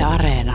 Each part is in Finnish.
Areena.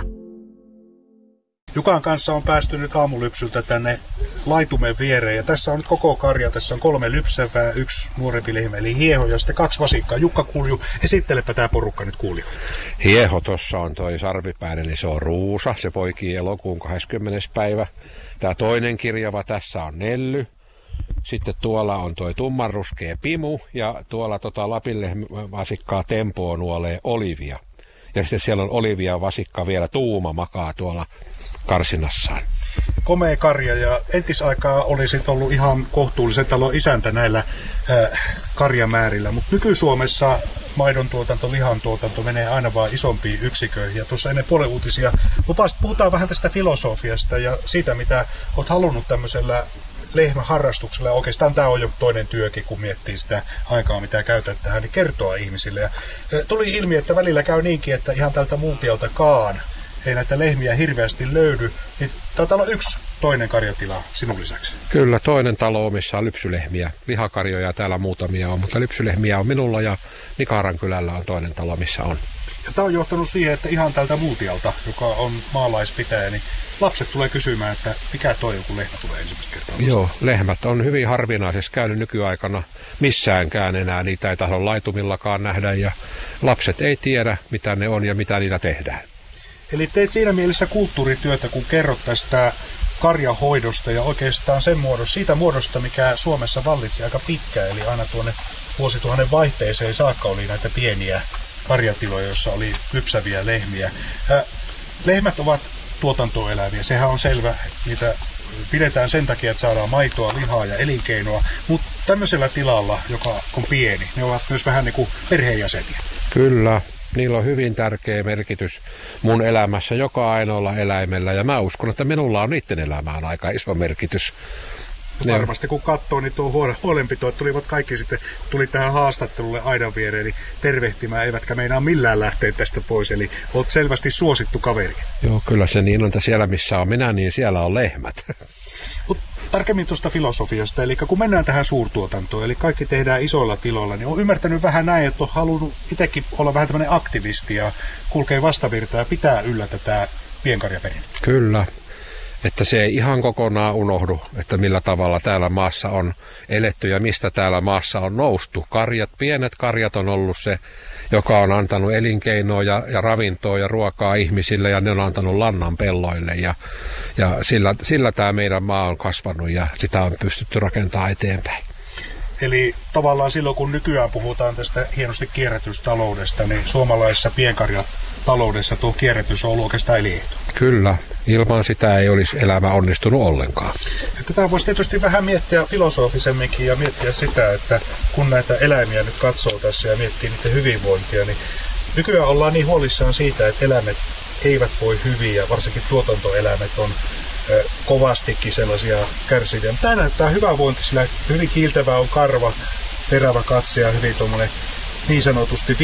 Jukan kanssa on päästy nyt aamulypsyltä tänne laitumen viereen ja tässä on nyt koko karja. Tässä on 3 lypsävää, 1 nuorempi lehmä eli hieho ja sitten 2 vasikkaa. Jukka Kulju, esittelepä tämä porukka nyt kuulijoille. Hieho tossa on toi sarvipäinen, niin se on Ruusa. Se poikii elokuun 20. päivä. Tämä toinen kirjava tässä on Nelly. Sitten tuolla on toi tummanruskea Pimu ja tuolla Lapinlehmän vasikkaa Tempoa nuolee Olivia. Ja sitten siellä on Olivia vasikka vielä Tuuma makaa tuolla karsinassaan. Komea karja ja entisaikaa olisi ollut ihan kohtuullisen talon isäntä näillä karjamäärillä, mutta nyky-Suomessa maidon tuotanto, lihan tuotanto menee aina vaan isompiin yksiköihin. Ja tuossa ennen puolen uutisia puhutaan vähän tästä filosofiasta ja siitä, mitä olet halunnut tämmöisellä lehmäharrastuksella. Ja oikeastaan tämä on jo toinen työkin, kun miettii sitä aikaa, mitä käytät tähän, niin kertoa ihmisille. Ja tuli ilmi, että välillä käy niinkin, että ihan tältä multialtakaan ei näitä lehmiä hirveästi löydy, niin taitaa olla 1 toinen karjatila sinun lisäksi. Kyllä, toinen talo, missä on lypsylehmiä. Lihakarjoja täällä muutamia on, mutta lypsylehmiä on minulla ja Nikaran kylällä on toinen talo, missä on. Ja tämä on johtanut siihen, että ihan tältä multialta, joka on maalaispitäjä, niin lapset tulee kysymään, että mikä toi joku lehmä tulee ensimmäistä kertaa. Joo, lehmät on hyvin harvinaisesti käynyt nykyaikana missäänkään enää. Niitä ei tahdo laitumillakaan nähdä ja lapset ei tiedä, mitä ne on ja mitä niillä tehdään. Eli teet siinä mielessä kulttuurityötä, kun kerrot tästä karjahoidosta ja oikeastaan siitä muodosta, mikä Suomessa vallitsi aika pitkään, eli aina tuonne vuosituhannen vaihteeseen saakka oli näitä pieniä karjatiloja, joissa oli lypsäviä lehmiä. Lehmät ovat tuotantoeläimiä, sehän on selvä, niitä pidetään sen takia, että saadaan maitoa, lihaa ja elinkeinoa, mutta tämmöisellä tilalla, joka on pieni, ne ovat myös vähän niin kuin perheenjäseniä. Kyllä. Niillä on hyvin tärkeä merkitys mun elämässä joka ainoalla eläimellä ja mä uskon, että minulla on niiden elämään aika iso merkitys. Varmasti kun katsoo, niin tuo huolenpito, että tulivat kaikki sitten, tuli tähän haastattelulle aidan viereen, niin tervehtimään, eivätkä meinaa millään lähteä tästä pois, eli olet selvästi suosittu kaveri. Joo, kyllä se niin on, että siellä missä on minä, niin siellä on lehmät. Mutta tarkemmin tuosta filosofiasta, eli kun mennään tähän suurtuotantoon, eli kaikki tehdään isoilla tiloilla, niin olen ymmärtänyt vähän näin, että olet halunnut itsekin olla vähän tämmöinen aktivisti ja kulkee vastavirtaa ja pitää yllä tätä pienkarjaperinnettä. Kyllä. Että se ei ihan kokonaan unohdu, että millä tavalla täällä maassa on eletty ja mistä täällä maassa on noustu. Pienet karjat on ollut se, joka on antanut elinkeinoa ja ravintoa ja ruokaa ihmisille ja ne on antanut lannan pelloille. Ja sillä tämä meidän maa on kasvanut ja sitä on pystytty rakentamaan eteenpäin. Eli tavallaan silloin, kun nykyään puhutaan tästä hienosti kierrätystaloudesta, niin suomalaisessa pienkarjataloudessa tuo kierrätys on ollut oikeastaan elinehto. Kyllä, ilman sitä ei olisi elämä onnistunut ollenkaan. Tätä voisi tietysti vähän miettiä filosofisemminkin ja miettiä sitä, että kun näitä eläimiä nyt katsoo tässä ja miettii niiden hyvinvointia, niin nykyään ollaan niin huolissaan siitä, että eläimet eivät voi hyvin ja varsinkin tuotantoeläimet on kovastikin sellaisia kärsiviä. Mutta tämä näyttää hyvää vointi, sillä hyvin kiiltävä on karva, terävä katse ja hyvin tuommoinen niin sanotusti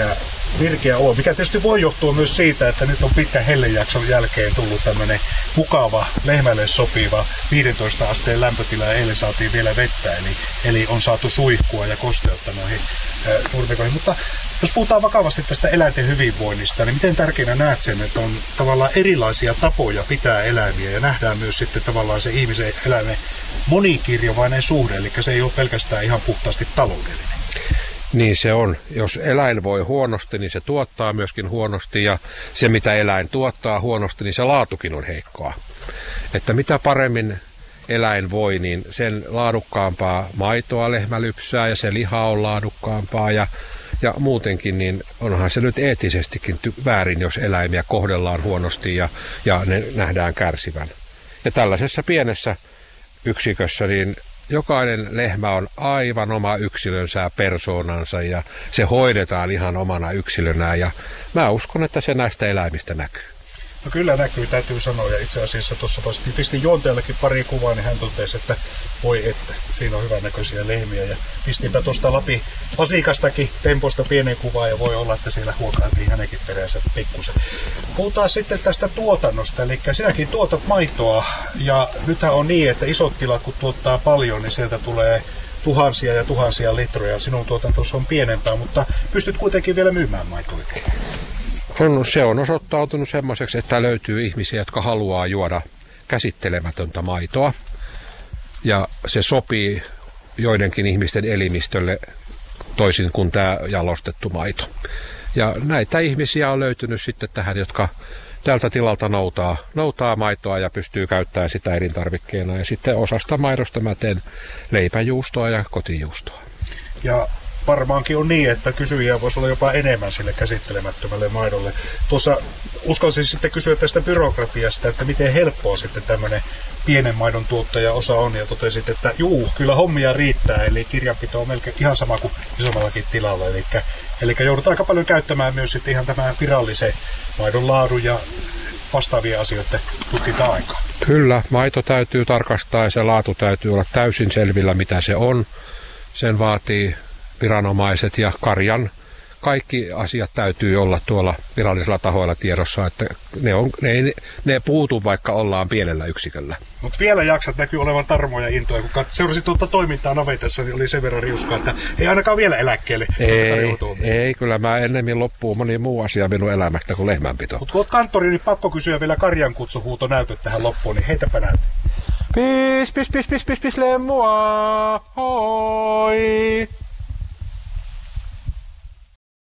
virkeä olo, mikä tietysti voi johtua myös siitä, että nyt on pitkän hellejakson jälkeen tullut tämmöinen mukava, lehmälle sopiva 15 asteen lämpötila ja eilen saatiin vielä vettä, eli on saatu suihkua ja kosteutta noihin nurmikoihin. Mutta jos puhutaan vakavasti tästä eläinten hyvinvoinnista, niin miten tärkeänä näet sen, että on tavallaan erilaisia tapoja pitää eläimiä ja nähdään myös sitten tavallaan se ihmisen eläimen monikirjovainen suhde, eli se ei ole pelkästään ihan puhtaasti taloudellinen. Niin se on. Jos eläin voi huonosti, niin se tuottaa myöskin huonosti ja se mitä eläin tuottaa huonosti, niin se laatukin on heikkoa. Että mitä paremmin eläin voi, niin sen laadukkaampaa maitoa lehmä lypsää ja se liha on laadukkaampaa ja muutenkin niin onhan se nyt eettisestikin väärin, jos eläimiä kohdellaan huonosti ja ne nähdään kärsivän. Ja tällaisessa pienessä yksikössä niin jokainen lehmä on aivan oma yksilönsä ja persoonansa ja se hoidetaan ihan omana yksilönään ja mä uskon, että se näistä eläimistä näkyy. No kyllä näkyy, täytyy sanoa, ja itse asiassa tuossa pistin Juonteellekin pari kuvaa, niin hän totesi, että voi että, siinä on hyvännäköisiä lehmiä, ja pistinpä tuosta Lapin vasikastakin Temposta pienen kuvaa, ja voi olla, että siellä huokailtiin hänenkin peränsä pikkusen. Puhutaan sitten tästä tuotannosta, eli sinäkin tuotat maitoa, ja nythän on niin, että isot tilat kun tuottaa paljon, niin sieltä tulee tuhansia ja tuhansia litroja, sinun tuotantossa on pienempää, mutta pystyt kuitenkin vielä myymään maitoa. Se on osoittautunut semmoiseksi, että löytyy ihmisiä, jotka haluaa juoda käsittelemätöntä maitoa. Ja se sopii joidenkin ihmisten elimistölle toisin kuin tämä jalostettu maito. Ja näitä ihmisiä on löytynyt sitten tähän, jotka tältä tilalta noutaa maitoa ja pystyy käyttämään sitä elintarvikkeena. Ja sitten osasta maidosta mä teen leipäjuustoa ja kotijuustoa. Ja varmaankin on niin, että kysyjiä voisi olla jopa enemmän sille käsittelemättömälle maidolle. Tuossa uskalsin sitten kysyä tästä byrokratiasta, että miten helppoa sitten tämmöinen pienen maidon tuottaja osa on, ja totesit, että kyllä hommia riittää, eli kirjanpito on melkein ihan sama kuin isommallakin tilalla, eli joudutaan aika paljon käyttämään myös sitten ihan tämän virallisen maidon laadun ja vastaavia asioita tutkitaan aikaa. Kyllä, maito täytyy tarkastaa ja se laatu täytyy olla täysin selvillä, mitä se on. Sen vaatii viranomaiset ja karjan. Kaikki asiat täytyy olla tuolla virallisilla tahoilla tiedossa, että ne puutu, vaikka ollaan pienellä yksiköllä. Mutta vielä jaksat, näkyy olevan tarmoa ja intoa. Kun seurasin tuota toimintaa navetassa, niin oli sen verran riuskaa, että ei ainakaan vielä eläkkeelle. Ei, kyllä mä ennemmin loppuu moni muu asia minun elämästä kuin lehmänpito. Mutta kun oot kanttori, niin pakko kysyä vielä karjan kutsuhuuto näytöt tähän loppuun, niin heitäpä näytö. Pis, lemmua, hoi!